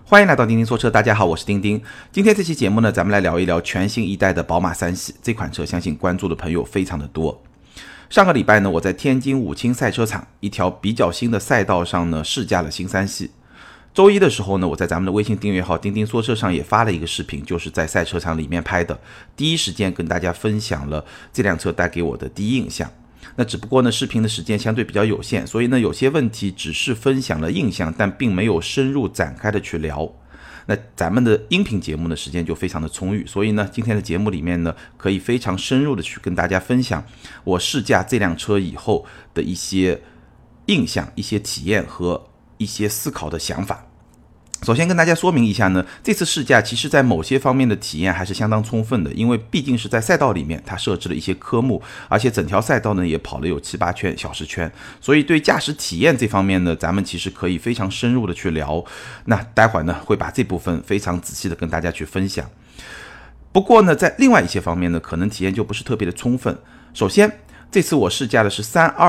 欢迎来到钉钉说车，大家好，我是钉钉。今天这期节目呢，咱们来聊一聊全新一代的宝马3系。这款车相信关注的朋友非常的多。上个礼拜呢，我在天津武清赛车场一条比较新的赛道上呢试驾了新3系。周一的时候呢，我在咱们的微信订阅号钉钉说车上也发了一个视频，就是在赛车场里面拍的，第一时间跟大家分享了这辆车带给我的第一印象。那只不过呢，视频的时间相对比较有限，所以呢，有些问题只是分享了印象，但并没有深入展开的去聊。那咱们的音频节目的时间就非常的充裕，所以呢，今天的节目里面呢，可以非常深入的去跟大家分享我试驾这辆车以后的一些印象、一些体验和一些思考的想法。首先跟大家说明一下呢，这次试驾其实在某些方面的体验还是相当充分的，因为毕竟是在赛道里面，它设置了一些科目，而且整条赛道呢也跑了有7-8圈小时圈，所以对驾驶体验这方面呢，咱们其实可以非常深入的去聊。那待会儿呢会把这部分非常仔细的跟大家去分享。不过呢，在另外一些方面呢，可能体验就不是特别的充分。首先，这次我试驾的是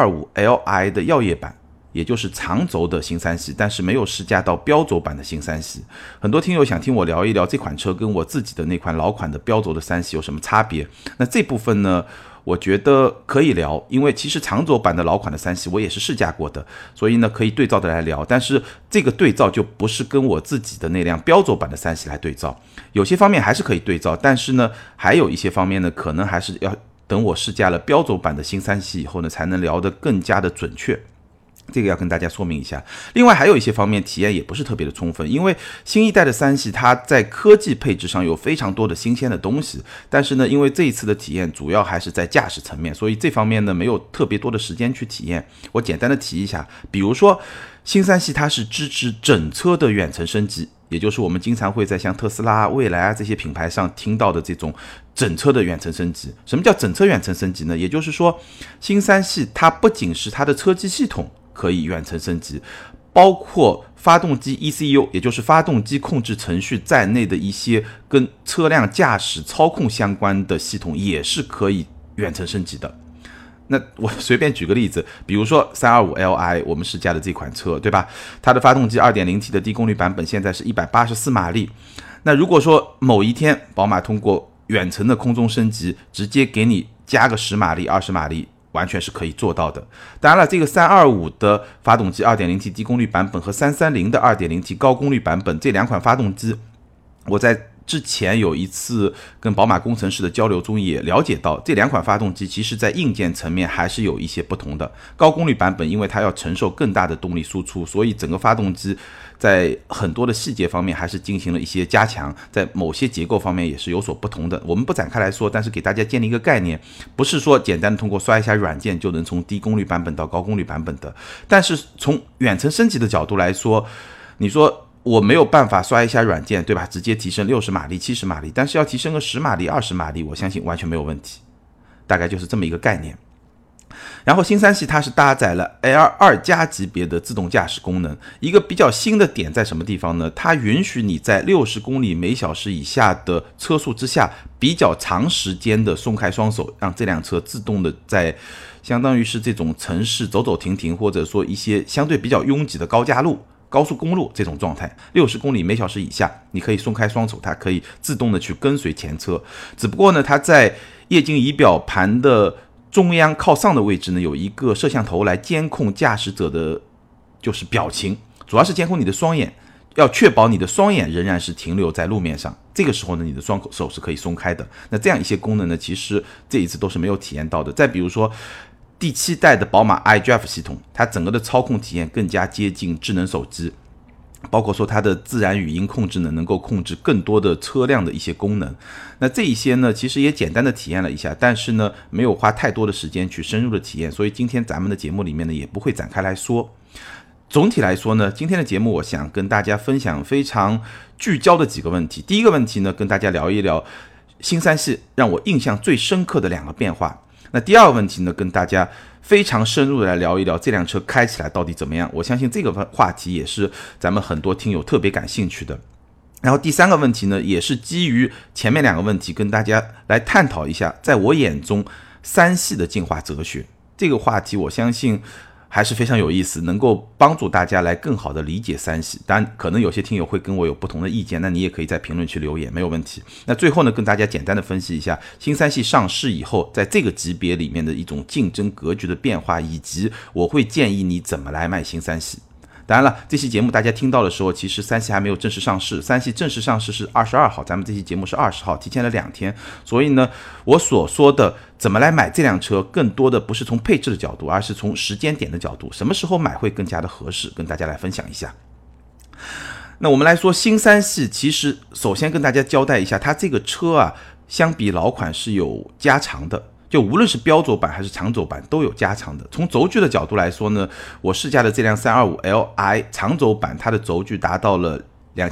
325Li 的耀夜版，也就是长轴的新3系，但是没有试驾到标轴版的新3系。很多听友想听我聊一聊这款车跟我自己的那款老款的标轴的3系有什么差别。那这部分呢，我觉得可以聊，因为其实长轴版的老款的3系我也是试驾过的，所以呢可以对照的来聊。但是这个对照就不是跟我自己的那辆标轴版的3系来对照，有些方面还是可以对照，但是呢还有一些方面呢，可能还是要等我试驾了标轴版的新3系以后呢，才能聊得更加的准确。这个要跟大家说明一下。另外还有一些方面体验也不是特别的充分，因为新一代的3系它在科技配置上有非常多的新鲜的东西，但是呢，因为这一次的体验主要还是在驾驶层面，所以这方面呢没有特别多的时间去体验。我简单的提一下，比如说新3系它是支持整车的远程升级，也就是我们经常会在像特斯拉、蔚来啊这些品牌上听到的这种整车的远程升级。什么叫整车远程升级呢？也就是说新3系它不仅是它的车机系统可以远程升级，包括发动机 ECU， 也就是发动机控制程序在内的一些跟车辆驾驶操控相关的系统也是可以远程升级的。那我随便举个例子，比如说 325Li 我们试驾的这款车，对吧？它的发动机 2.0T 的低功率版本现在是184马力。那如果说某一天宝马通过远程的空中升级，直接给你加个10马力、20马力，完全是可以做到的。当然了，这个325的发动机 2.0T 低功率版本和330的 2.0T 高功率版本，这两款发动机我在之前有一次跟宝马工程师的交流中也了解到，这两款发动机其实在硬件层面还是有一些不同的。高功率版本因为它要承受更大的动力输出，所以整个发动机在很多的细节方面还是进行了一些加强，在某些结构方面也是有所不同的。我们不展开来说，但是给大家建立一个概念，不是说简单的通过刷一下软件就能从低功率版本到高功率版本的。但是从远程升级的角度来说，你说我没有办法刷一下软件，对吧？直接提升60马力、70马力，但是要提升个10马力、20马力，我相信完全没有问题。大概就是这么一个概念。然后新3系它是搭载了 L2+ 级别的自动驾驶功能，一个比较新的点在什么地方呢？它允许你在60公里每小时以下的车速之下，比较长时间的松开双手，让这辆车自动的在相当于是这种城市走走停停，或者说一些相对比较拥挤的高架路、高速公路这种状态，60公里每小时以下，你可以松开双手，它可以自动的去跟随前车。只不过呢，它在液晶仪表盘的中央靠上的位置呢，有一个摄像头来监控驾驶者的就是表情，主要是监控你的双眼，要确保你的双眼仍然是停留在路面上。这个时候呢，你的双手是可以松开的。那这样一些功能呢，其实这一次都是没有体验到的。再比如说第7代的宝马 iDrive 系统，它整个的操控体验更加接近智能手机，包括说它的自然语音控制呢，能够控制更多的车辆的一些功能。那这一些呢，其实也简单的体验了一下，但是呢，没有花太多的时间去深入的体验，所以今天咱们的节目里面呢，也不会展开来说。总体来说呢，今天的节目我想跟大家分享非常聚焦的几个问题。第一个问题呢，跟大家聊一聊新3系让我印象最深刻的2个变化。那第二个问题呢，跟大家非常深入的来聊一聊这辆车开起来到底怎么样。我相信这个话题也是咱们很多听友特别感兴趣的。然后第三个问题呢，也是基于前面2个问题跟大家来探讨一下，在我眼中3系的进化哲学。这个话题我相信还是非常有意思，能够帮助大家来更好的理解三系。当然可能有些听友会跟我有不同的意见，那你也可以在评论区留言，没有问题。那最后呢，跟大家简单的分析一下新三系上市以后在这个级别里面的一种竞争格局的变化，以及我会建议你怎么来买新三系。当然了，这期节目大家听到的时候，其实三系还没有正式上市，三系正式上市是22号，咱们这期节目是20号，提前了2天。所以呢，我所说的怎么来买这辆车，更多的不是从配置的角度，而是从时间点的角度，什么时候买会更加的合适，跟大家来分享一下。那我们来说新三系，其实首先跟大家交代一下，它这个车啊，相比老款是有加长的。就无论是标轴版还是长轴版都有加长的。从轴距的角度来说呢，我试驾的这辆 325Li 长轴版，它的轴距达到了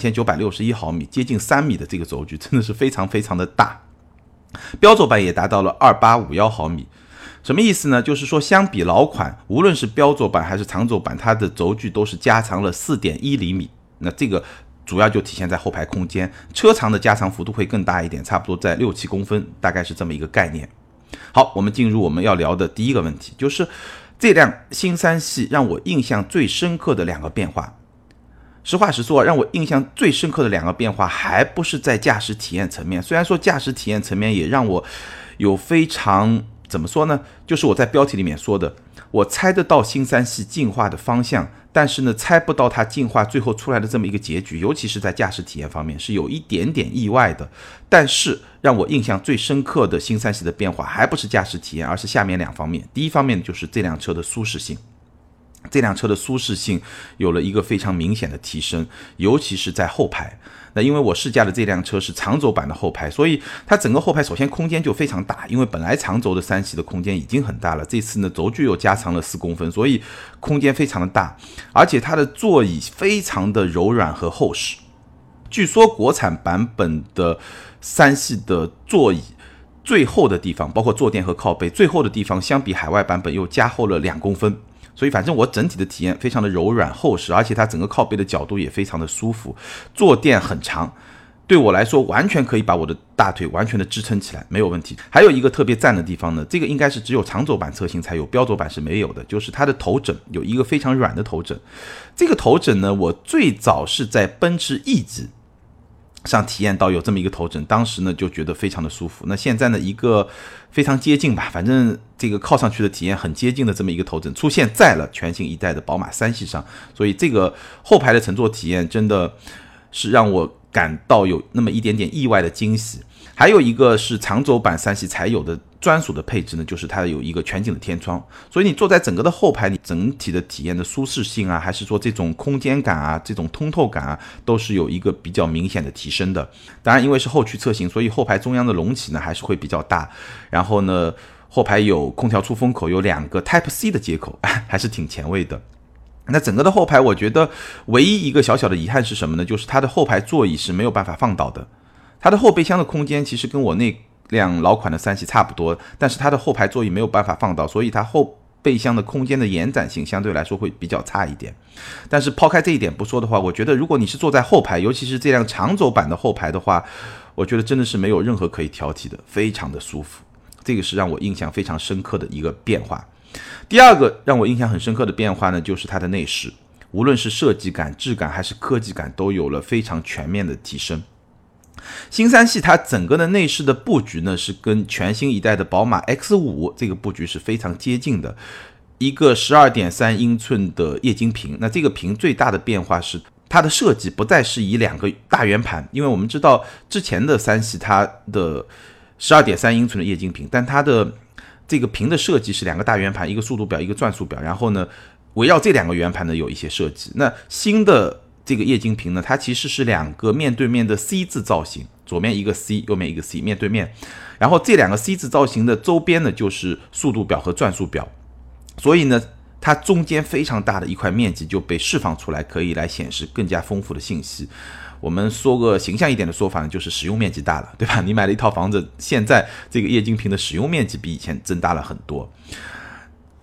2961毫米，接近3米的这个轴距，真的是非常非常的大。标轴版也达到了2851毫米。什么意思呢？就是说相比老款，无论是标轴版还是长轴版，它的轴距都是加长了 4.1 厘米。那这个主要就体现在后排空间，车长的加长幅度会更大一点，差不多在6-7公分，大概是这么一个概念。好，我们进入我们要聊的第一个问题，就是这辆新三系让我印象最深刻的2个变化。实话实说，让我印象最深刻的2个变化还不是在驾驶体验层面，虽然说驾驶体验层面也让我有非常怎么说呢，就是我在标题里面说的，我猜得到新三系进化的方向，但是呢猜不到它进化最后出来的这么一个结局，尤其是在驾驶体验方面是有一点点意外的。但是让我印象最深刻的新三系的变化还不是驾驶体验，而是下面2方面。第一方面就是这辆车的舒适性，这辆车的舒适性有了一个非常明显的提升，尤其是在后排。那因为我试驾的这辆车是长轴版的后排，所以它整个后排首先空间就非常大，因为本来长轴的三系的空间已经很大了，这次呢轴距又加长了4公分，所以空间非常的大，而且它的座椅非常的柔软和厚实。据说国产版本的三系的座椅最厚的地方，包括坐垫和靠背最厚的地方，相比海外版本又加厚了2公分。所以反正我整体的体验非常的柔软厚实，而且它整个靠背的角度也非常的舒服，坐垫很长，对我来说完全可以把我的大腿完全的支撑起来，没有问题。还有一个特别赞的地方呢，这个应该是只有长轴版车型才有，标轴版是没有的，就是它的头枕有一个非常软的头枕。这个头枕呢，我最早是在奔驰 E 级上体验到有这么一个头枕，当时呢就觉得非常的舒服。那现在呢，一个非常接近吧，反正这个靠上去的体验很接近的这么一个头枕出现在了全新一代的宝马三系上，所以这个后排的乘坐体验真的是让我感到有那么一点点意外的惊喜。还有一个是长轴版三系才有的专属的配置呢，就是它有一个全景的天窗，所以你坐在整个的后排，你整体的体验的舒适性啊，还是说这种空间感啊，这种通透感啊，都是有一个比较明显的提升的。当然因为是后驱车型，所以后排中央的隆起呢还是会比较大，然后呢后排有空调出风口，有2个 Type C 的接口，还是挺前卫的。那整个的后排我觉得唯一一个小小的遗憾是什么呢，就是它的后排座椅是没有办法放倒的。它的后备箱的空间其实跟我那辆老款的三系差不多，但是它的后排座椅没有办法放倒，所以它后备箱的空间的延展性相对来说会比较差一点。但是抛开这一点不说的话，我觉得如果你是坐在后排，尤其是这辆长轴版的后排的话，我觉得真的是没有任何可以挑剔的，非常的舒服。这个是让我印象非常深刻的一个变化。第二个让我印象很深刻的变化呢，就是它的内饰，无论是设计感、质感还是科技感，都有了非常全面的提升。新三系它整个的内饰的布局呢，是跟全新一代的宝马 X5 这个布局是非常接近的。一个 12.3 英寸的液晶屏，那这个屏最大的变化是它的设计不再是以2个大圆盘，因为我们知道之前的三系它的 12.3 英寸的液晶屏，但它的这个屏的设计是2个大圆盘，一个速度表一个转速表，然后呢围绕这2个圆盘呢有一些设计。那新的这个液晶屏呢，它其实是2个面对面的 C 字造型，左面一个 C， 右面一个 C， 面对面。然后这2个 C 字造型的周边呢，就是速度表和转速表。所以呢，它中间非常大的一块面积就被释放出来，可以来显示更加丰富的信息。我们说个形象一点的说法呢，就是使用面积大了，对吧？你买了一套房子，现在这个液晶屏的使用面积比以前增大了很多。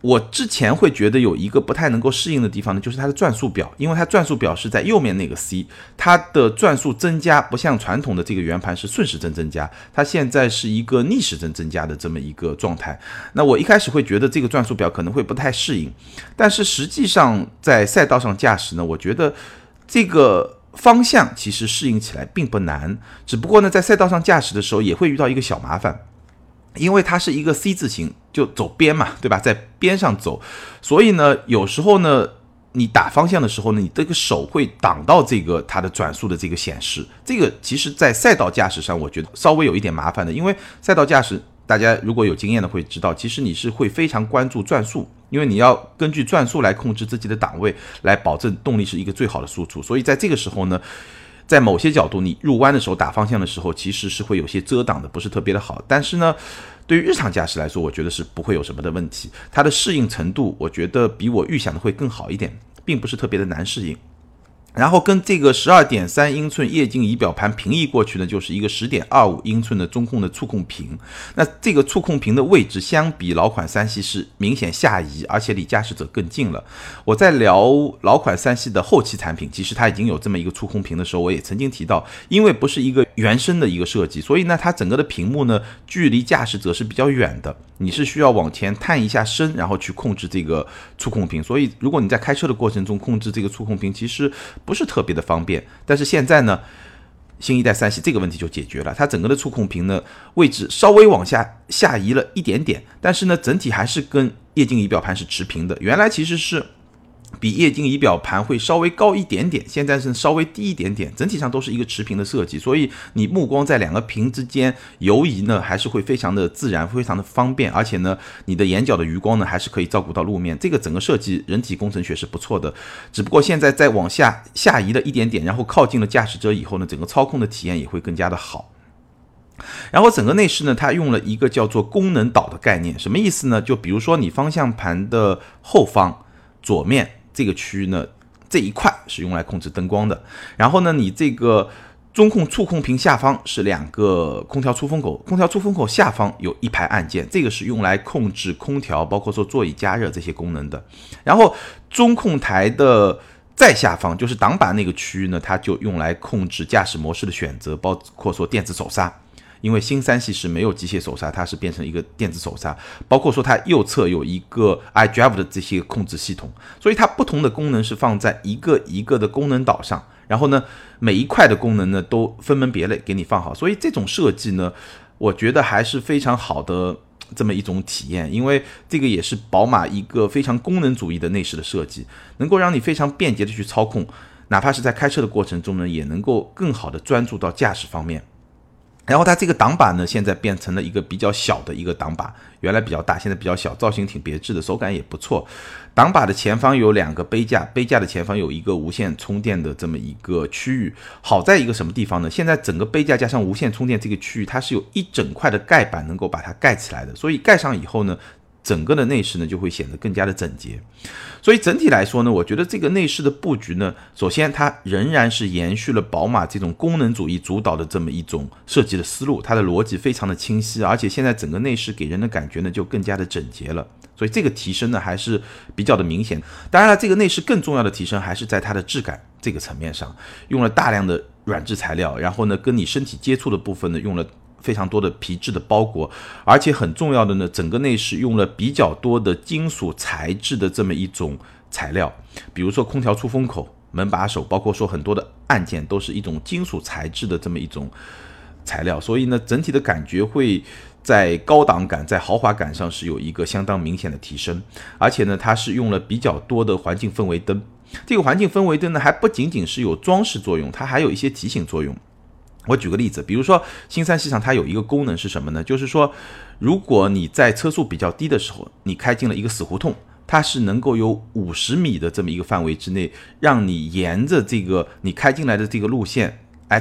我之前会觉得有一个不太能够适应的地方呢，就是它的转速表，因为它转速表是在右面那个 C， 它的转速增加不像传统的这个圆盘是顺时针增加，它现在是一个逆时针增加的这么一个状态。那我一开始会觉得这个转速表可能会不太适应，但是实际上在赛道上驾驶呢，我觉得这个方向其实适应起来并不难，只不过呢，在赛道上驾驶的时候也会遇到一个小麻烦。因为它是一个 C 字形，就走边嘛，对吧？在边上走，所以呢，有时候呢，你打方向的时候呢，你这个手会挡到这个它的转速的这个显示。这个其实在赛道驾驶上，我觉得稍微有一点麻烦的，因为赛道驾驶大家如果有经验的会知道，其实你是会非常关注转速，因为你要根据转速来控制自己的档位，来保证动力是一个最好的输出。所以在这个时候呢，在某些角度你入弯的时候打方向的时候其实是会有些遮挡的，不是特别的好，但是呢对于日常驾驶来说我觉得是不会有什么的问题，它的适应程度我觉得比我预想的会更好一点，并不是特别的难适应。然后跟这个 12.3 英寸液晶仪表盘平移过去呢，就是一个 10.25 英寸的中控的触控屏。那这个触控屏的位置相比老款3系是明显下移，而且离驾驶者更近了。我在聊老款3系的后期产品，其实它已经有这么一个触控屏的时候，我也曾经提到，因为不是一个原生的一个设计，所以呢它整个的屏幕呢距离驾驶者是比较远的，你是需要往前探一下身，然后去控制这个触控屏。所以如果你在开车的过程中控制这个触控屏，其实不是特别的方便。但是现在呢，新一代3系这个问题就解决了，它整个的触控屏呢位置稍微往下移了一点点，但是呢整体还是跟液晶仪表盘是持平的。原来其实是比液晶仪表盘会稍微高一点点，现在是稍微低一点点，整体上都是一个持平的设计，所以你目光在两个屏之间游移呢，还是会非常的自然，非常的方便，而且呢，你的眼角的余光呢，还是可以照顾到路面。这个整个设计人体工程学是不错的，只不过现在再往下移了一点点，然后靠近了驾驶者以后呢，整个操控的体验也会更加的好。然后整个内饰呢，它用了一个叫做功能岛的概念，什么意思呢？就比如说你方向盘的后方左面这个区域呢，这一块是用来控制灯光的，然后呢你这个中控触控屏下方是两个空调出风口，空调出风口下方有一排按键，这个是用来控制空调包括说座椅加热这些功能的。然后中控台的再下方就是挡把那个区域呢，它就用来控制驾驶模式的选择，包括说电子手刹，因为新3系是没有机械手刹，它是变成一个电子手刹，包括说它右侧有一个 iDrive 的这些控制系统，所以它不同的功能是放在一个一个的功能岛上，然后呢每一块的功能呢都分门别类给你放好，所以这种设计呢我觉得还是非常好的这么一种体验，因为这个也是宝马一个非常功能主义的内饰的设计，能够让你非常便捷的去操控，哪怕是在开车的过程中呢，也能够更好的专注到驾驶方面。然后它这个挡把呢，现在变成了一个比较小的一个挡把，原来比较大，现在比较小，造型挺别致的，手感也不错。挡把的前方有两个杯架，杯架的前方有一个无线充电的这么一个区域。好在一个什么地方呢？现在整个杯架加上无线充电这个区域，它是有一整块的盖板能够把它盖起来的，所以盖上以后呢，整个的内饰呢就会显得更加的整洁。所以整体来说呢，我觉得这个内饰的布局呢，首先它仍然是延续了宝马这种功能主义主导的这么一种设计的思路，它的逻辑非常的清晰，而且现在整个内饰给人的感觉呢就更加的整洁了，所以这个提升呢还是比较的明显。当然了，这个内饰更重要的提升还是在它的质感这个层面上，用了大量的软质材料，然后呢跟你身体接触的部分呢用了非常多的皮质的包裹，而且很重要的呢，整个内饰用了比较多的金属材质的这么一种材料，比如说空调出风口、门把手，包括说很多的按键都是一种金属材质的这么一种材料，所以呢，整体的感觉会在高档感、在豪华感上是有一个相当明显的提升，而且呢，它是用了比较多的环境氛围灯。这个环境氛围灯呢，还不仅仅是有装饰作用，它还有一些提醒作用。我举个例子，比如说新3系上它有一个功能是什么呢？就是说，如果你在车速比较低的时候，你开进了一个死胡同，它是能够有50米的这么一个范围之内，让你沿着这个你开进来的这个路线，在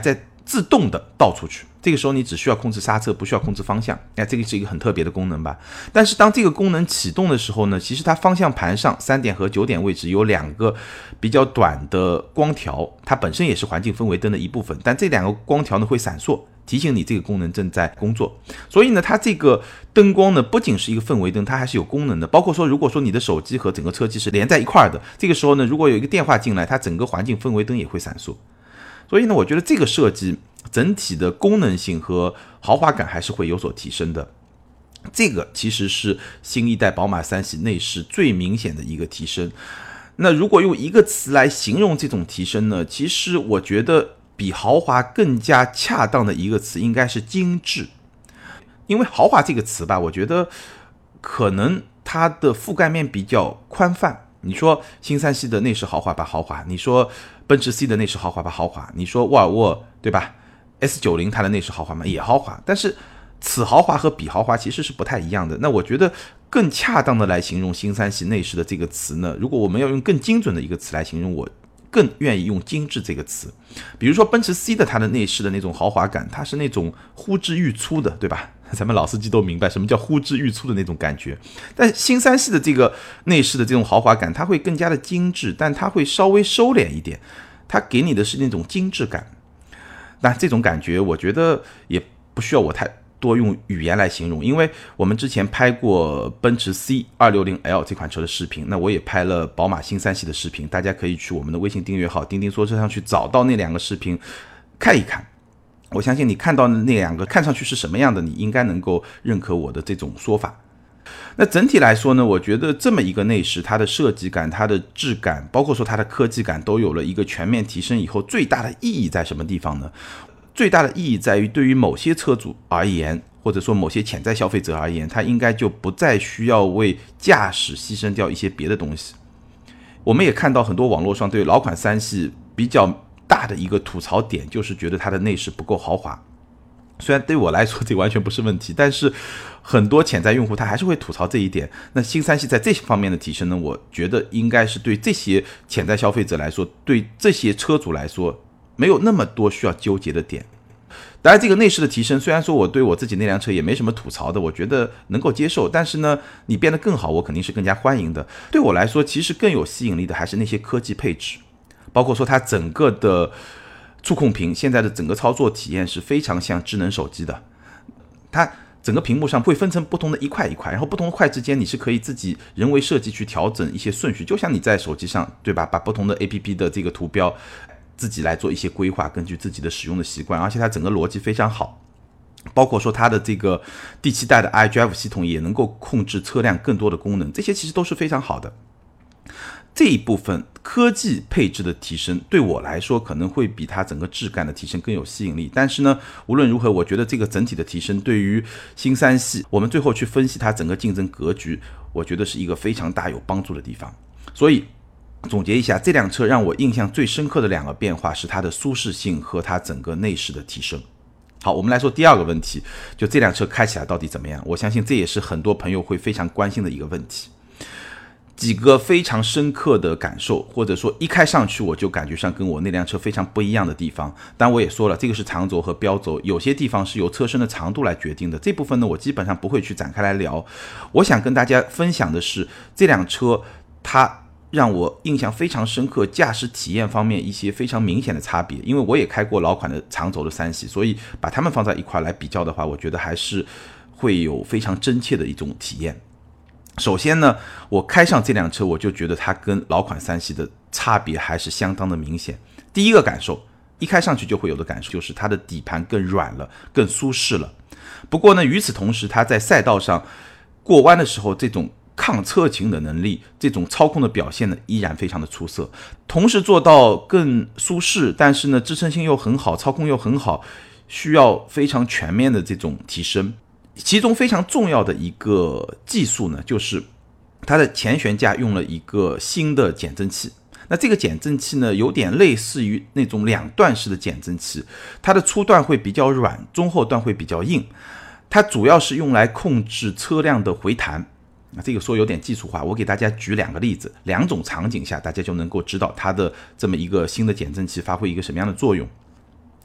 自动的倒出去，这个时候你只需要控制刹车，不需要控制方向。这个是一个很特别的功能吧。但是当这个功能启动的时候呢，其实它方向盘上3点和9点位置有2个比较短的光条，它本身也是环境氛围灯的一部分，但这2个光条呢会闪烁，提醒你这个功能正在工作。所以呢，它这个灯光呢不仅是一个氛围灯，它还是有功能的。包括说，如果说你的手机和整个车机是连在一块的，这个时候呢，如果有一个电话进来，它整个环境氛围灯也会闪烁。所以呢，我觉得这个设计整体的功能性和豪华感还是会有所提升的。这个其实是新一代宝马3系内饰最明显的一个提升。那如果用一个词来形容这种提升呢，其实我觉得比豪华更加恰当的一个词应该是精致。因为豪华这个词吧，我觉得可能它的覆盖面比较宽泛。你说新3系的内饰豪华吧，豪华；你说奔驰 C 的内饰豪华吧，豪华；你说沃尔沃，对吧 ？S90 它的内饰豪华嘛，也豪华。但是此豪华和彼豪华其实是不太一样的。那我觉得更恰当的来形容新3系内饰的这个词呢，如果我们要用更精准的一个词来形容，我更愿意用精致这个词。比如说奔驰 C 的它的内饰的那种豪华感，它是那种呼之欲出的，对吧？咱们老司机都明白什么叫呼之欲出的那种感觉。但新3系的这个内饰的这种豪华感，它会更加的精致，但它会稍微收敛一点，它给你的是那种精致感。但这种感觉我觉得也不需要我太多用语言来形容，因为我们之前拍过奔驰 C260L 这款车的视频，那我也拍了宝马新3系的视频，大家可以去我们的微信订阅号钉钉说车上去找到那2个视频看一看。我相信你看到那2个看上去是什么样的，你应该能够认可我的这种说法。那整体来说呢，我觉得这么一个内饰，它的设计感、它的质感，包括说它的科技感都有了一个全面提升以后，最大的意义在什么地方呢？最大的意义在于对于某些车主而言，或者说某些潜在消费者而言，他应该就不再需要为驾驶牺牲掉一些别的东西。我们也看到很多网络上对老款3系比较大的一个吐槽点，就是觉得它的内饰不够豪华。虽然对我来说这完全不是问题，但是很多潜在用户他还是会吐槽这一点。那新3系在这方面的提升呢，我觉得应该是对这些潜在消费者来说，对这些车主来说没有那么多需要纠结的点。当然这个内饰的提升，虽然说我对我自己那辆车也没什么吐槽的，我觉得能够接受，但是呢你变得更好，我肯定是更加欢迎的。对我来说其实更有吸引力的还是那些科技配置，包括说它整个的触控屏，现在的整个操作体验是非常像智能手机的。它整个屏幕上会分成不同的一块一块，然后不同的块之间你是可以自己人为设计去调整一些顺序，就像你在手机上，对吧，把不同的 APP 的这个图标自己来做一些规划，根据自己的使用的习惯，而且它整个逻辑非常好。包括说它的这个第7代的 iDrive 系统也能够控制车辆更多的功能，这些其实都是非常好的。这一部分科技配置的提升对我来说可能会比它整个质感的提升更有吸引力，但是呢无论如何，我觉得这个整体的提升对于新3系我们最后去分析它整个竞争格局，我觉得是一个非常大有帮助的地方。所以总结一下，这辆车让我印象最深刻的2个变化是它的舒适性和它整个内饰的提升。好，我们来说第2个问题，就这辆车开起来到底怎么样？我相信这也是很多朋友会非常关心的一个问题。几个非常深刻的感受，或者说一开上去我就感觉上跟我那辆车非常不一样的地方。但我也说了，这个是长轴和标轴，有些地方是由车身的长度来决定的，这部分呢我基本上不会去展开来聊。我想跟大家分享的是，这辆车它让我印象非常深刻，驾驶体验方面一些非常明显的差别。因为我也开过老款的长轴的3系，所以把它们放在一块来比较的话，我觉得还是会有非常真切的一种体验。首先呢，我开上这辆车我就觉得它跟老款3系的差别还是相当的明显。第一个感受，一开上去就会有的感受，就是它的底盘更软了，更舒适了。不过呢，与此同时，它在赛道上过弯的时候，这种抗侧倾的能力，这种操控的表现呢，依然非常的出色。同时做到更舒适，但是呢支撑性又很好，操控又很好，需要非常全面的这种提升。其中非常重要的一个技术呢，就是它的前悬架用了一个新的减震器。那这个减震器呢，有点类似于那种2段式的减震器，它的初段会比较软，中后段会比较硬。它主要是用来控制车辆的回弹。这个说有点技术化，我给大家举2个例子，2种场景下大家就能够知道它的这么一个新的减震器发挥一个什么样的作用。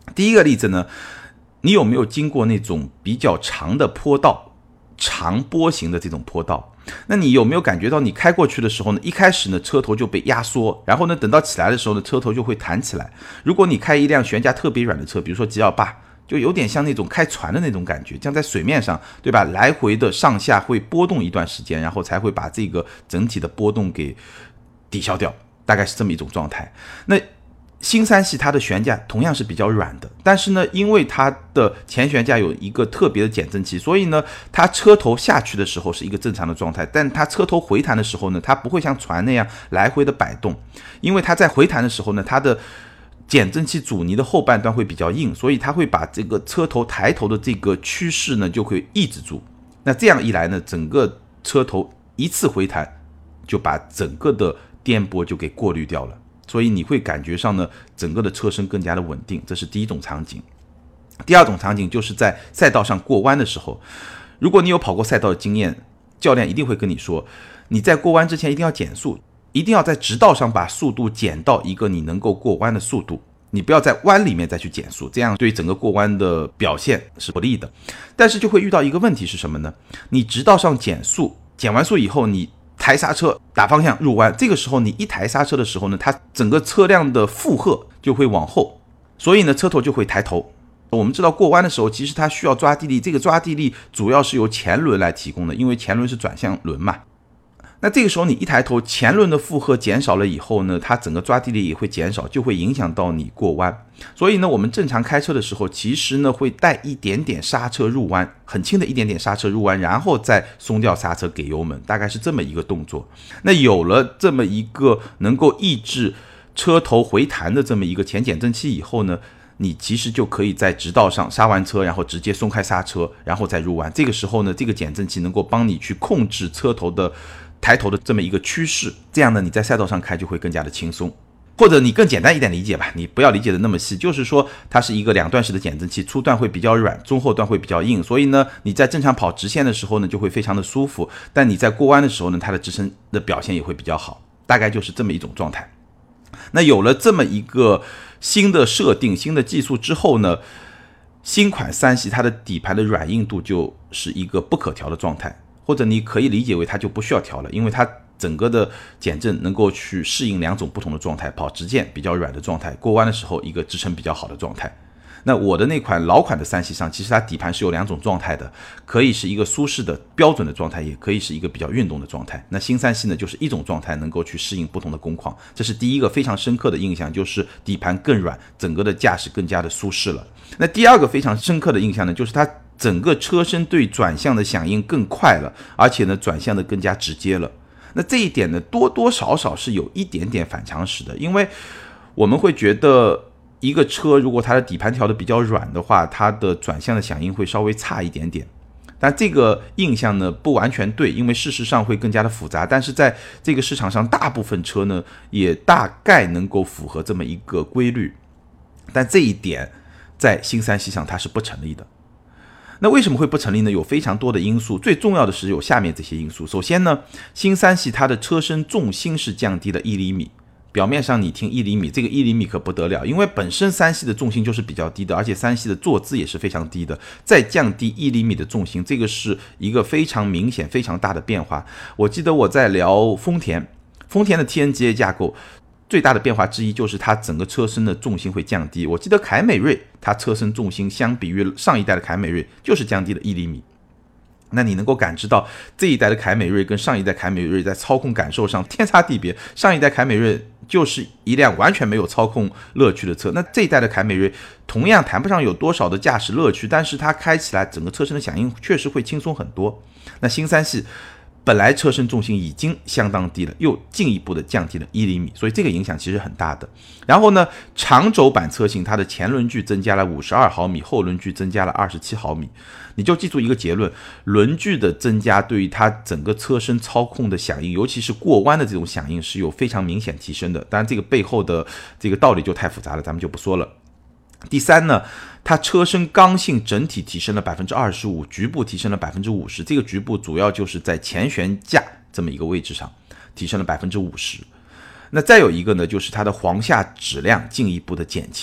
第一个例子呢，你有没有经过那种比较长的坡道，长波形的这种坡道？那你有没有感觉到你开过去的时候呢，一开始呢车头就被压缩，然后呢等到起来的时候呢，车头就会弹起来。如果你开一辆悬架特别软的车，比如说 G28，就有点像那种开船的那种感觉，这样在水面上，对吧？来回的上下会波动一段时间，然后才会把这个整体的波动给抵消掉，大概是这么一种状态。那新三系它的悬架同样是比较软的，但是呢，因为它的前悬架有一个特别的减震器，所以呢，它车头下去的时候是一个正常的状态，但它车头回弹的时候呢，它不会像船那样来回的摆动，因为它在回弹的时候呢，它的减震器阻尼的后半段会比较硬，所以它会把这个车头抬头的这个趋势呢就会抑制住。那这样一来呢，整个车头一次回弹就把整个的颠簸就给过滤掉了。所以你会感觉上呢，整个的车身更加的稳定，这是第一种场景。第二种场景就是在赛道上过弯的时候，如果你有跑过赛道的经验，教练一定会跟你说，你在过弯之前一定要减速，一定要在直道上把速度减到一个你能够过弯的速度，你不要在弯里面再去减速，这样对整个过弯的表现是不利的。但是就会遇到一个问题是什么呢？你直道上减速，减完速以后你抬刹车打方向入弯，这个时候你一抬刹车的时候呢，它整个车辆的负荷就会往后，所以呢车头就会抬头。我们知道过弯的时候其实它需要抓地力，这个抓地力主要是由前轮来提供的，因为前轮是转向轮嘛。那这个时候你一抬头，前轮的负荷减少了以后呢，它整个抓地力也会减少，就会影响到你过弯。所以呢，我们正常开车的时候，其实呢会带一点点刹车入弯，很轻的一点点刹车入弯，然后再松掉刹车给油门，大概是这么一个动作。那有了这么一个能够抑制车头回弹的这么一个前减震器以后呢，你其实就可以在直道上刹完车，然后直接松开刹车，然后再入弯。这个时候呢，这个减震器能够帮你去控制车头的抬头的这么一个趋势，这样呢你在赛道上开就会更加的轻松。或者你更简单一点理解吧，你不要理解的那么细，就是说它是一个两段式的减震器，初段会比较软，中后段会比较硬，所以呢你在正常跑直线的时候呢就会非常的舒服，但你在过弯的时候呢它的支撑的表现也会比较好，大概就是这么一种状态。那有了这么一个新的设定、新的技术之后呢，新款三系它的底盘的软硬度就是一个不可调的状态，或者你可以理解为它就不需要调了，因为它整个的减震能够去适应两种不同的状态，跑直线比较软的状态，过弯的时候一个支撑比较好的状态。那我的那款老款的三系上，其实它底盘是有两种状态的，可以是一个舒适的标准的状态，也可以是一个比较运动的状态。那新三系呢，就是一种状态能够去适应不同的工况，这是第一个非常深刻的印象，就是底盘更软，整个的驾驶更加的舒适了。那第二个非常深刻的印象呢，就是它整个车身对转向的响应更快了，而且呢转向的更加直接了。那这一点呢，多多少少是有一点点反常识的，因为我们会觉得一个车如果它的底盘调的比较软的话，它的转向的响应会稍微差一点点。但这个印象呢不完全对，因为事实上会更加的复杂，但是在这个市场上大部分车呢也大概能够符合这么一个规律，但这一点在新三系上它是不成立的。那为什么会不成立呢？有非常多的因素，最重要的是有下面这些因素。首先呢，新三系它的车身重心是降低了1厘米，表面上你听1厘米，这个1厘米可不得了，因为本身三系的重心就是比较低的，而且三系的坐姿也是非常低的，再降低1厘米的重心，这个是一个非常明显非常大的变化。我记得我在聊丰田的 TNGA 架构，最大的变化之一就是它整个车身的重心会降低。我记得凯美瑞它车身重心相比于上一代的凯美瑞就是降低了1厘米。那你能够感知到这一代的凯美瑞跟上一代凯美瑞在操控感受上天差地别，上一代凯美瑞就是一辆完全没有操控乐趣的车，那这一代的凯美瑞同样谈不上有多少的驾驶乐趣，但是它开起来整个车身的响应确实会轻松很多。那新三系本来车身重心已经相当低了，又进一步的降低了1厘米，所以这个影响其实很大的。然后呢，长轴版车型它的前轮距增加了52毫米，后轮距增加了27毫米。你就记住一个结论，轮距的增加对于它整个车身操控的响应，尤其是过弯的这种响应是有非常明显提升的。当然这个背后的这个道理就太复杂了，咱们就不说了。第三呢，它车身刚性整体提升了 25%， 局部提升了 50%， 这个局部主要就是在前悬架这么一个位置上提升了 50%。 那再有一个呢，就是它的簧下质量进一步的减轻。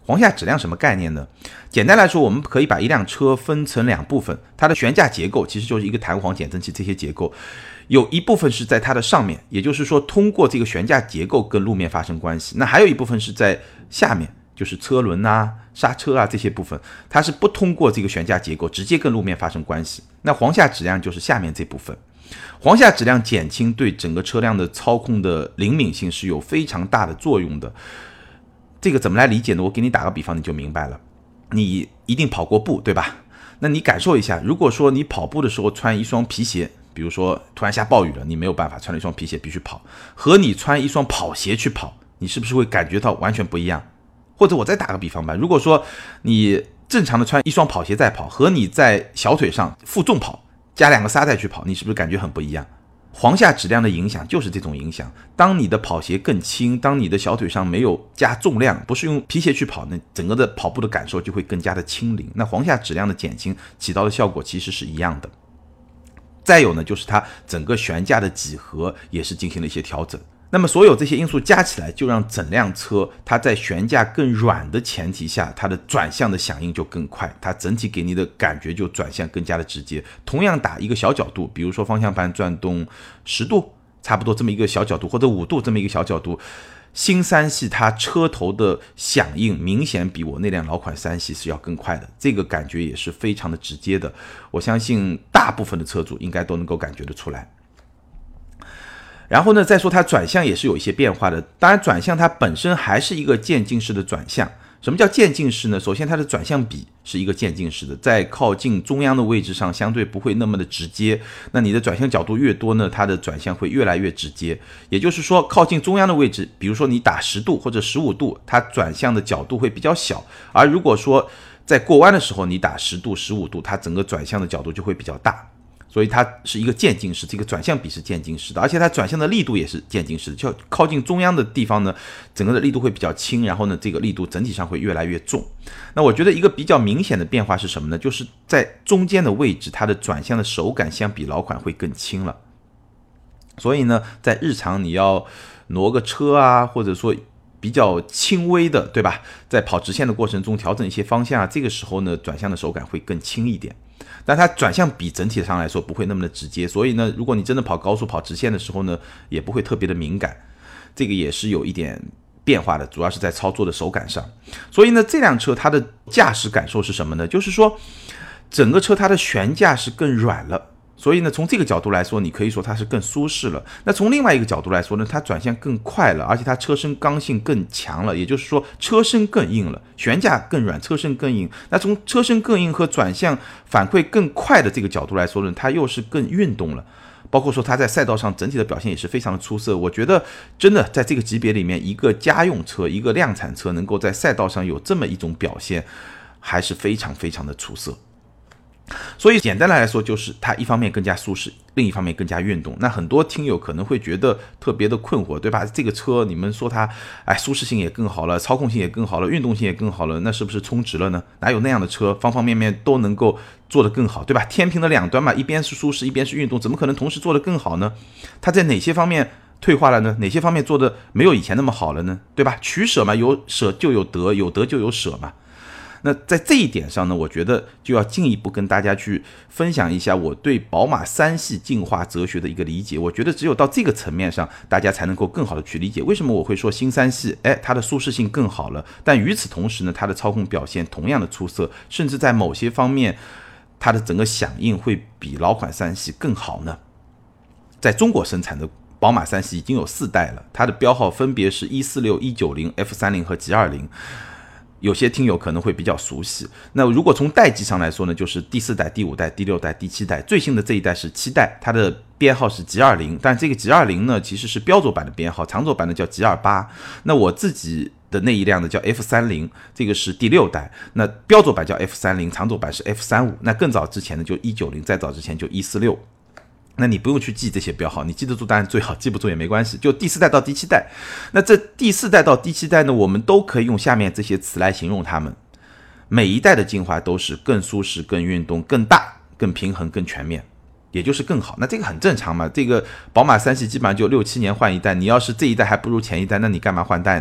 簧下质量什么概念呢？简单来说，我们可以把一辆车分成两部分，它的悬架结构其实就是一个弹簧、减震器这些结构，有一部分是在它的上面，也就是说通过这个悬架结构跟路面发生关系，那还有一部分是在下面，就是车轮啊、刹车啊这些部分，它是不通过这个悬架结构直接跟路面发生关系。那簧下质量就是下面这部分，簧下质量减轻对整个车辆的操控的灵敏性是有非常大的作用的。这个怎么来理解呢？我给你打个比方你就明白了。你一定跑过步，对吧？那你感受一下，如果说你跑步的时候穿一双皮鞋，比如说突然下暴雨了，你没有办法穿了一双皮鞋必须跑，和你穿一双跑鞋去跑，你是不是会感觉到完全不一样？或者我再打个比方吧，如果说你正常的穿一双跑鞋在跑，和你在小腿上负重跑加2个沙袋去跑，你是不是感觉很不一样？簧下质量的影响就是这种影响，当你的跑鞋更轻，当你的小腿上没有加重量，不是用皮鞋去跑，那整个的跑步的感受就会更加的轻灵。那簧下质量的减轻起到的效果其实是一样的。再有呢，就是它整个悬架的几何也是进行了一些调整。那么所有这些因素加起来，就让整辆车它在悬架更软的前提下，它的转向的响应就更快，它整体给你的感觉就转向更加的直接。同样打一个小角度，比如说方向盘转动10度，差不多这么一个小角度，或者5度这么一个小角度，新3系它车头的响应明显比我那辆老款3系是要更快的，这个感觉也是非常的直接的，我相信大部分的车主应该都能够感觉得出来。然后呢，再说它转向也是有一些变化的。当然转向它本身还是一个渐进式的转向。什么叫渐进式呢？首先它的转向比是一个渐进式的，在靠近中央的位置上相对不会那么的直接，那你的转向角度越多呢，它的转向会越来越直接。也就是说靠近中央的位置，比如说你打10度或者15度，它转向的角度会比较小，而如果说在过弯的时候你打10度15度，它整个转向的角度就会比较大。所以它是一个渐进式，这个转向比是渐进式的，而且它转向的力度也是渐进式的，就靠近中央的地方呢，整个的力度会比较轻，然后呢，这个力度整体上会越来越重。那我觉得一个比较明显的变化是什么呢？就是在中间的位置，它的转向的手感相比老款会更轻了。所以呢，在日常你要挪个车啊，或者说比较轻微的，对吧？在跑直线的过程中调整一些方向啊，这个时候呢，转向的手感会更轻一点。但它转向比整体上来说不会那么的直接，所以呢，如果你真的跑高速跑直线的时候呢，也不会特别的敏感，这个也是有一点变化的，主要是在操作的手感上。所以呢，这辆车它的驾驶感受是什么呢？就是说整个车它的悬架是更软了，所以呢，从这个角度来说，你可以说它是更舒适了。那从另外一个角度来说呢，它转向更快了，而且它车身刚性更强了，也就是说车身更硬了，悬架更软，车身更硬。那从车身更硬和转向反馈更快的这个角度来说呢，它又是更运动了。包括说它在赛道上整体的表现也是非常的出色。我觉得真的在这个级别里面，一个家用车，一个量产车能够在赛道上有这么一种表现，还是非常非常的出色。所以简单来说，就是它一方面更加舒适，另一方面更加运动。那很多听友可能会觉得特别的困惑，对吧？这个车你们说它舒适性也更好了，操控性也更好了，运动性也更好了，那是不是充值了呢？哪有那样的车方方面面都能够做得更好，对吧？天平的两端嘛，一边是舒适，一边是运动，怎么可能同时做得更好呢？它在哪些方面退化了呢？哪些方面做的没有以前那么好了呢？对吧？取舍嘛，有舍就有得，有得就有舍嘛。那在这一点上呢，我觉得就要进一步跟大家去分享一下我对宝马3系进化哲学的一个理解。我觉得只有到这个层面上，大家才能够更好的去理解为什么我会说新3系它的舒适性更好了，但与此同时呢，它的操控表现同样的出色，甚至在某些方面它的整个响应会比老款3系更好呢。在中国生产的宝马3系已经有4代了，它的标号分别是146、190、F30 和 G20，有些听友可能会比较熟悉。那如果从代际上来说呢，就是第4代、第5代、第6代、第7代，最新的这一代是7代，它的编号是 G20， 但这个 G20 呢其实是标准版的编号，长轴版的叫 G28。那我自己的那一辆呢叫 F30， 这个是第6代，那标准版叫 F30， 长轴版是 F35。那更早之前呢就190，再早之前就146。那你不用去记这些标号，你记得住当然最好，记不住也没关系，就第4代到第7代。那这第4代到第7代呢，我们都可以用下面这些词来形容它们。每一代的进化都是更舒适、更运动、更大、更平衡、更全面，也就是更好。那这个很正常嘛，这个宝马3系基本上就6-7年换一代，你要是这一代还不如前一代，那你干嘛换代呢？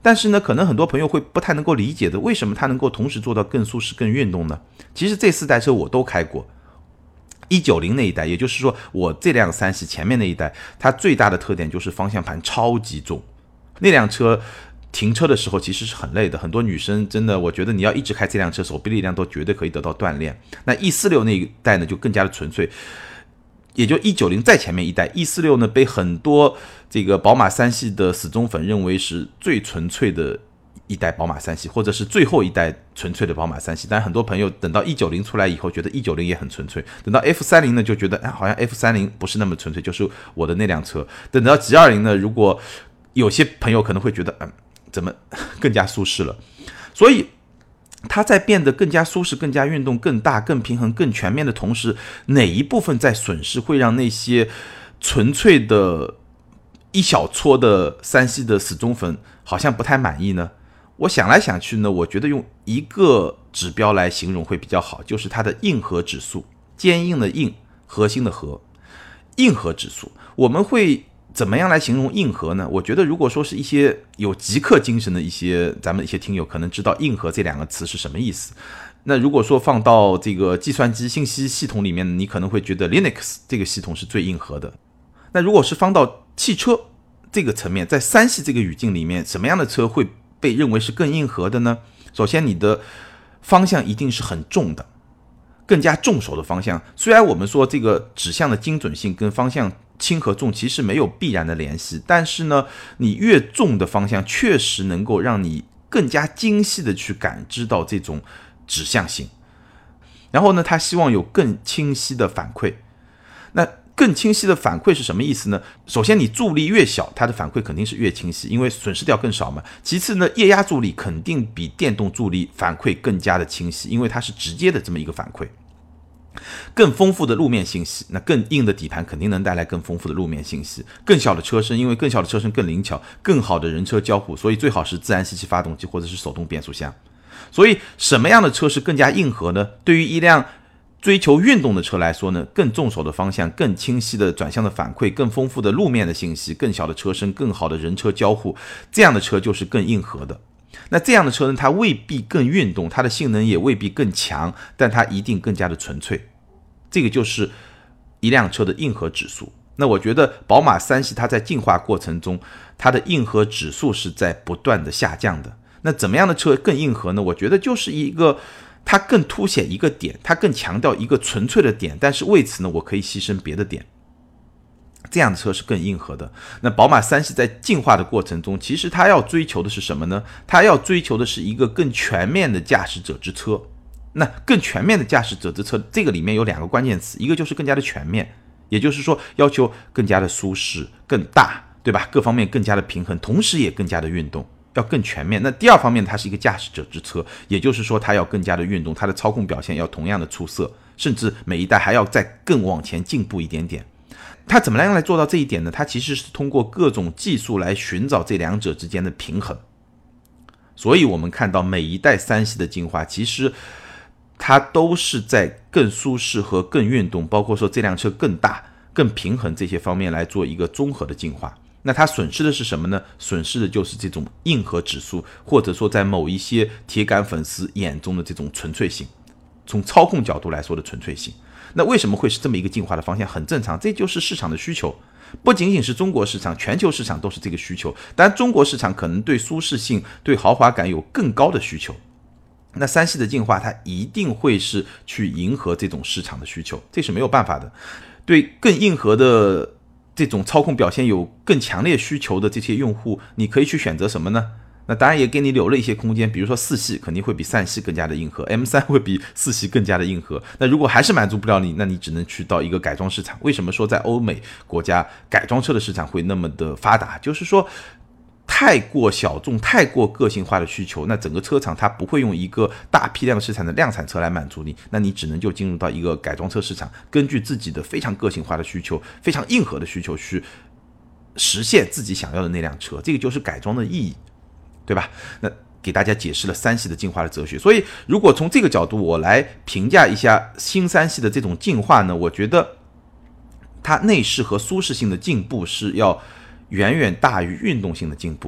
但是呢，可能很多朋友会不太能够理解的，为什么它能够同时做到更舒适、更运动呢？其实这4代车我都开过。190那一代，也就是说我这辆3系前面那一代，它最大的特点就是方向盘超级重。那辆车停车的时候其实是很累的，很多女生真的，我觉得你要一直开这辆车，手臂力量都绝对可以得到锻炼。那146那一代呢，就更加的纯粹。也就190在前面一代，146呢被很多这个宝马3系的死忠粉认为是最纯粹的一代宝马3系，或者是最后一代纯粹的宝马3系。但很多朋友等到190出来以后，觉得190也很纯粹，等到 F30 呢就觉得好像 F30 不是那么纯粹，就是我的那辆车。等到 G20 呢，如果有些朋友可能会觉得怎么更加舒适了。所以它在变得更加舒适、更加运动、更大、更平衡、更全面的同时，哪一部分在损失，会让那些纯粹的一小撮的3系的死忠粉好像不太满意呢？我想来想去呢，我觉得用一个指标来形容会比较好，就是它的硬核指数，坚硬的硬，核心的核，硬核指数。我们会怎么样来形容硬核呢？我觉得如果说是一些有极客精神的咱们的一些听友可能知道硬核这2个词是什么意思。那如果说放到这个计算机信息系统里面，你可能会觉得 Linux 这个系统是最硬核的。那如果是放到汽车这个层面，在3系这个语境里面，什么样的车会被认为是更硬核的呢？首先你的方向一定是很重的，更加重手的方向。虽然我们说这个指向的精准性跟方向轻和重其实没有必然的联系，但是呢，你越重的方向确实能够让你更加精细的去感知到这种指向性。然后呢，他希望有更清晰的反馈。那更清晰的反馈是什么意思呢？首先你助力越小，它的反馈肯定是越清晰，因为损失掉更少嘛。其次呢，液压助力肯定比电动助力反馈更加的清晰，因为它是直接的这么一个反馈。更丰富的路面信息，那更硬的底盘肯定能带来更丰富的路面信息。更小的车身，因为更小的车身更灵巧，更好的人车交互，所以最好是自然吸气发动机或者是手动变速箱。所以什么样的车是更加硬核呢？对于一辆追求运动的车来说呢，更重手的方向，更清晰的转向的反馈，更丰富的路面的信息，更小的车身，更好的人车交互，这样的车就是更硬核的。那这样的车呢，它未必更运动，它的性能也未必更强，但它一定更加的纯粹。这个就是一辆车的硬核指数。那我觉得宝马3系它在进化过程中，它的硬核指数是在不断的下降的。那怎么样的车更硬核呢？我觉得就是一个它更凸显一个点，它更强调一个纯粹的点，但是为此呢，我可以牺牲别的点。这样的车是更硬核的。那宝马3系在进化的过程中，其实它要追求的是什么呢？它要追求的是一个更全面的驾驶者之车。那更全面的驾驶者之车，这个里面有2个关键词，一个就是更加的全面，也就是说要求更加的舒适、更大，对吧？各方面更加的平衡，同时也更加的运动，要更全面。那第二方面，它是一个驾驶者之车，也就是说它要更加的运动，它的操控表现要同样的出色，甚至每一代还要再更往前进步一点点。它怎么样来做到这一点呢？它其实是通过各种技术来寻找这2者之间的平衡。所以我们看到每一代3系的进化，其实它都是在更舒适和更运动，包括说这辆车更大、更平衡这些方面来做一个综合的进化。那它损失的是什么呢？损失的就是这种硬核指数，或者说在某一些铁杆粉丝眼中的这种纯粹性，从操控角度来说的纯粹性。那为什么会是这么一个进化的方向？很正常，这就是市场的需求。不仅仅是中国市场，全球市场都是这个需求。当然中国市场可能对舒适性、对豪华感有更高的需求。那3系的进化，它一定会是去迎合这种市场的需求，这是没有办法的。对更硬核的这种操控表现有更强烈需求的这些用户，你可以去选择什么呢？那当然也给你留了一些空间，比如说4系肯定会比3系更加的硬核， M3 会比4系更加的硬核。那如果还是满足不了你，那你只能去到一个改装市场。为什么说在欧美国家改装车的市场会那么的发达？就是说太过小众、太过个性化的需求，那整个车厂它不会用一个大批量生产的量产车来满足你，那你只能就进入到一个改装车市场，根据自己的非常个性化的需求、非常硬核的需求去实现自己想要的那辆车，这个就是改装的意义，对吧？那给大家解释了3系的进化的哲学。所以如果从这个角度我来评价一下新3系的这种进化呢，我觉得它内饰和舒适性的进步是要远远大于运动性的进步。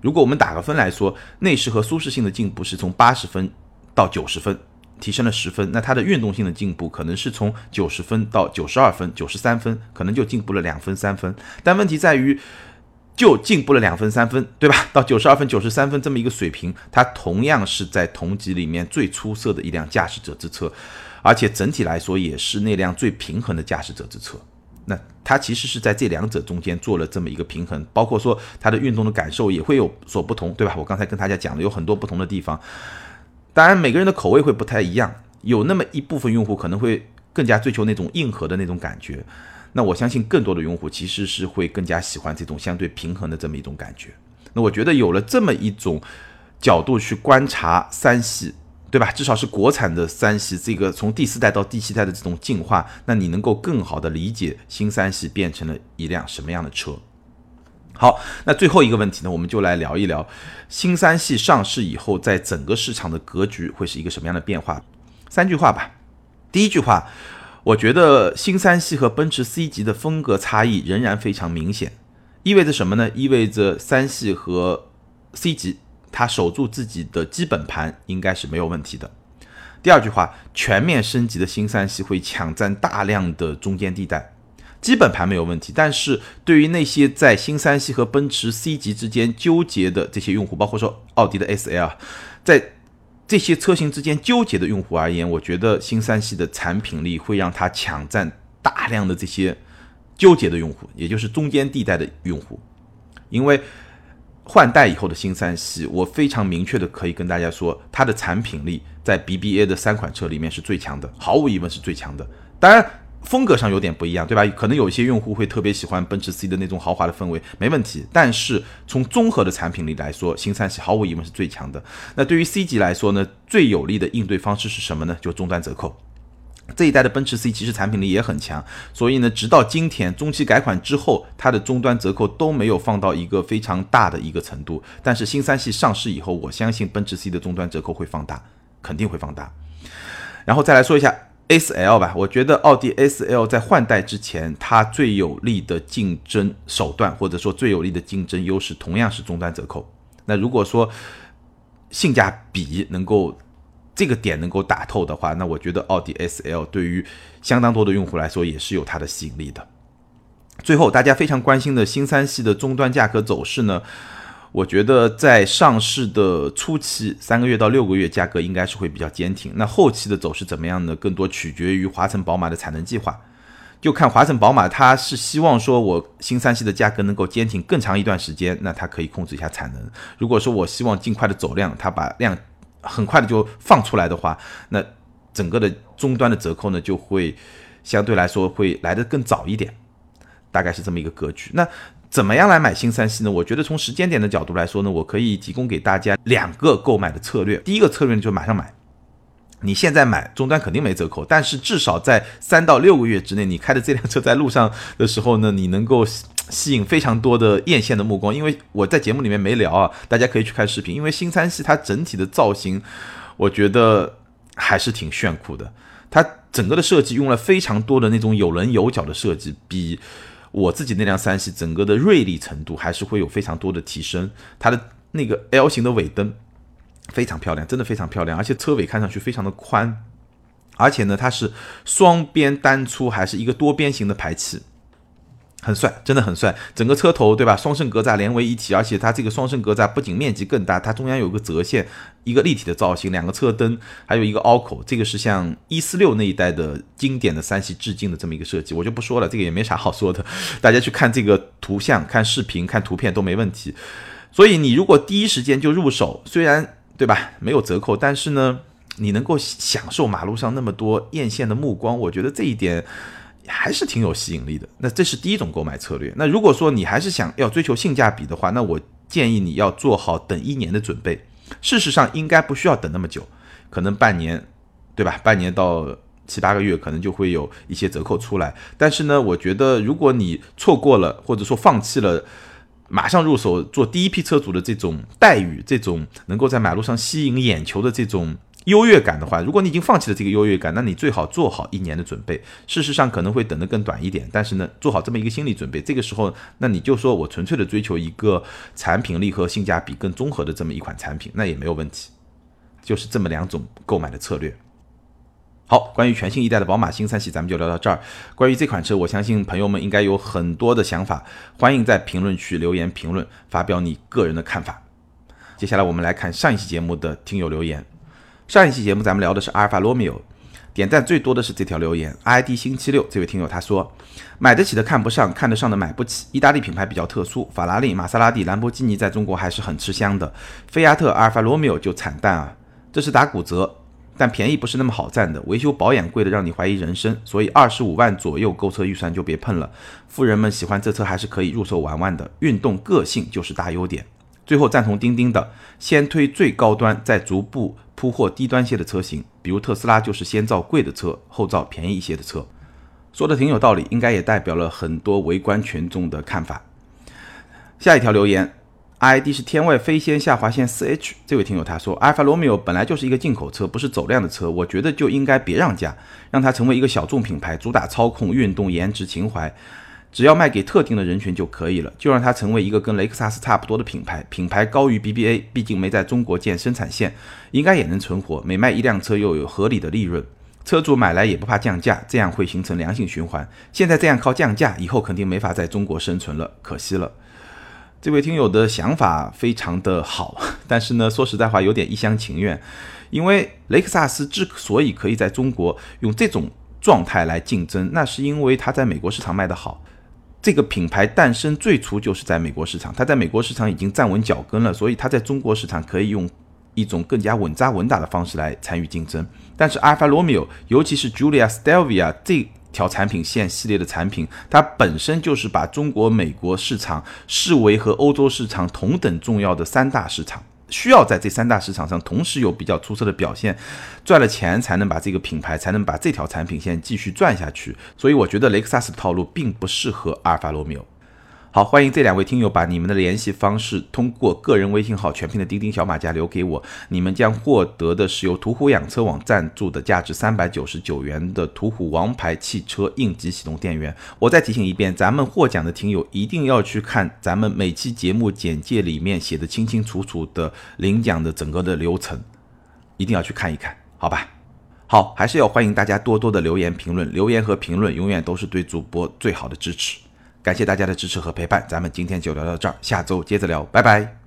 如果我们打个分来说，内饰和舒适性的进步是从80分到90分，提升了10分，那它的运动性的进步可能是从90分到92分、93分，可能就进步了2分、3分。但问题在于，就进步了2分、3分，对吧？到92分、93分这么一个水平，它同样是在同级里面最出色的一辆驾驶者之车，而且整体来说也是那辆最平衡的驾驶者之车。那它其实是在这两者中间做了这么一个平衡，包括说它的运动的感受也会有所不同，对吧？我刚才跟大家讲了有很多不同的地方，当然每个人的口味会不太一样，有那么一部分用户可能会更加追求那种硬核的那种感觉，那我相信更多的用户其实是会更加喜欢这种相对平衡的这么一种感觉。那我觉得有了这么一种角度去观察三系，对吧？至少是国产的三系，这个从第4代到第7代的这种进化，那你能够更好的理解新三系变成了一辆什么样的车。好，那最后一个问题呢，我们就来聊一聊新三系上市以后在整个市场的格局会是一个什么样的变化。3句话吧。第一句话，我觉得新三系和奔驰 C 级的风格差异仍然非常明显，意味着什么呢？意味着三系和 C 级它守住自己的基本盘应该是没有问题的。第二句话，全面升级的新三系会抢占大量的中间地带，基本盘没有问题，但是对于那些在新三系和奔驰 C 级之间纠结的这些用户，包括说奥迪的 SL， 在这些车型之间纠结的用户而言，我觉得新三系的产品力会让它抢占大量的这些纠结的用户，也就是中间地带的用户。因为换代以后的新三系，我非常明确的可以跟大家说，它的产品力在 BBA 的3款车里面是最强的，毫无疑问是最强的。当然风格上有点不一样，对吧？可能有一些用户会特别喜欢奔驰 C 的那种豪华的氛围，没问题。但是从综合的产品力来说，新三系毫无疑问是最强的。那对于 C 级来说呢，最有力的应对方式是什么呢？就终端折扣。这一代的奔驰 C 其实产品力也很强，所以呢，直到今天中期改款之后，它的终端折扣都没有放到一个非常大的一个程度。但是新三系上市以后，我相信奔驰 C 的终端折扣会放大，肯定会放大。然后再来说一下SL 吧，我觉得奥迪 SL 在换代之前，它最有力的竞争手段或者说最有力的竞争优势同样是终端折扣。那如果说性价比能够这个点能够打透的话，那我觉得奥迪 SL 对于相当多的用户来说也是有它的吸引力的。最后大家非常关心的新三系的终端价格走势呢，我觉得在上市的初期3个月到6个月价格应该是会比较坚挺，那后期的走势怎么样呢？更多取决于华晨宝马的产能计划，就看华晨宝马它是希望说我新三系的价格能够坚挺更长一段时间，那它可以控制一下产能。如果说我希望尽快的走量，它把量很快的就放出来的话，那整个的终端的折扣呢就会相对来说会来得更早一点，大概是这么一个格局。那怎么样来买新三系呢？我觉得从时间点的角度来说呢，我可以提供给大家2个购买的策略。第一个策略呢，就马上买。你现在买终端肯定没折扣，但是至少在3到6个月之内，你开的这辆车在路上的时候呢，你能够吸引非常多的艳羡的目光。因为我在节目里面没聊啊，大家可以去看视频。因为新三系它整体的造型，我觉得还是挺炫酷的。它整个的设计用了非常多的那种有棱有角的设计，比我自己那辆三系整个的锐利程度还是会有非常多的提升。它的那个 L 型的尾灯非常漂亮，真的非常漂亮，而且车尾看上去非常的宽，而且呢它是双边单出还是一个多边形的排气，很帅，真的很帅。整个车头对吧，双肾格栅连为一体，而且它这个双肾格栅不仅面积更大，它中央有个折线，一个立体的造型，2个车灯，还有一个凹口，这个是向146那一代的经典的三系致敬的这么一个设计，我就不说了，这个也没啥好说的，大家去看这个图像、看视频、看图片都没问题。所以你如果第一时间就入手，虽然对吧没有折扣，但是呢你能够享受马路上那么多艳羡的目光，我觉得这一点还是挺有吸引力的。那这是第一种购买策略。那如果说你还是想要追求性价比的话，那我建议你要做好等1年的准备。事实上应该不需要等那么久，可能半年，对吧？半年到7、8个月可能就会有一些折扣出来。但是呢，我觉得如果你错过了，或者说放弃了马上入手做第一批车主的这种待遇，这种能够在马路上吸引眼球的这种优越感的话，如果你已经放弃了这个优越感，那你最好做好1年的准备。事实上可能会等得更短一点，但是呢，做好这么一个心理准备，这个时候，那你就说我纯粹的追求一个产品力和性价比更综合的这么一款产品，那也没有问题。就是这么2种购买的策略。好，关于全新一代的宝马新3系咱们就聊到这儿。关于这款车，我相信朋友们应该有很多的想法，欢迎在评论区留言评论，发表你个人的看法。接下来我们来看上一期节目的听友留言。上一期节目咱们聊的是阿尔法罗密欧，点赞最多的是这条留言 ID 星期六，这位听友他说，买得起的看不上，看得上的买不起。意大利品牌比较特殊，法拉利、玛莎拉蒂、兰博基尼在中国还是很吃香的，菲亚特、阿尔法罗密欧就惨淡啊，这是打骨折，但便宜不是那么好占的，维修保养贵的让你怀疑人生，所以25万左右购车预算就别碰了。富人们喜欢这车还是可以入手玩玩的，运动个性就是大优点。最后赞同钉钉的，先推最高端，再逐步铺货低端些的车型，比如特斯拉就是先造贵的车，后造便宜一些的车。说的挺有道理，应该也代表了很多围观群众的看法。下一条留言 ID 是天外飞仙下划线 4H， 这位听友他说，阿尔法罗密欧本来就是一个进口车，不是走量的车，我觉得就应该别让价，让它成为一个小众品牌，主打操控、运动、颜值、情怀，只要卖给特定的人群就可以了，就让它成为一个跟雷克萨斯差不多的品牌，品牌高于 BBA， 毕竟没在中国建生产线，应该也能存活，每卖一辆车又有合理的利润，车主买来也不怕降价，这样会形成良性循环。现在这样靠降价，以后肯定没法在中国生存了，可惜了。这位听友的想法非常的好，但是呢，说实在话有点一厢情愿，因为雷克萨斯之所以可以在中国用这种状态来竞争，那是因为它在美国市场卖得好。这个品牌诞生最初就是在美国市场，它在美国市场已经站稳脚跟了，所以它在中国市场可以用一种更加稳扎稳打的方式来参与竞争。但是阿尔法罗密欧，尤其是 Giulia Stelvia 这条产品线系列的产品，它本身就是把中国、美国市场视为和欧洲市场同等重要的3大市场，需要在这3大市场上同时有比较出色的表现，赚了钱才能把这个品牌，才能把这条产品线继续赚下去。所以我觉得雷克萨斯的套路并不适合阿尔法罗密欧。好，欢迎这2位听友把你们的联系方式通过个人微信号全拼的钉钉小马甲留给我，你们将获得的是由途虎养车网赞助的价值399元的途虎王牌汽车应急启动电源。我再提醒一遍，咱们获奖的听友一定要去看咱们每期节目简介里面写的清清楚楚的领奖的整个的流程，一定要去看一看，好吧？好，还是要欢迎大家多多的留言评论，留言和评论永远都是对主播最好的支持。感谢大家的支持和陪伴，咱们今天就聊到这儿，下周接着聊，拜拜。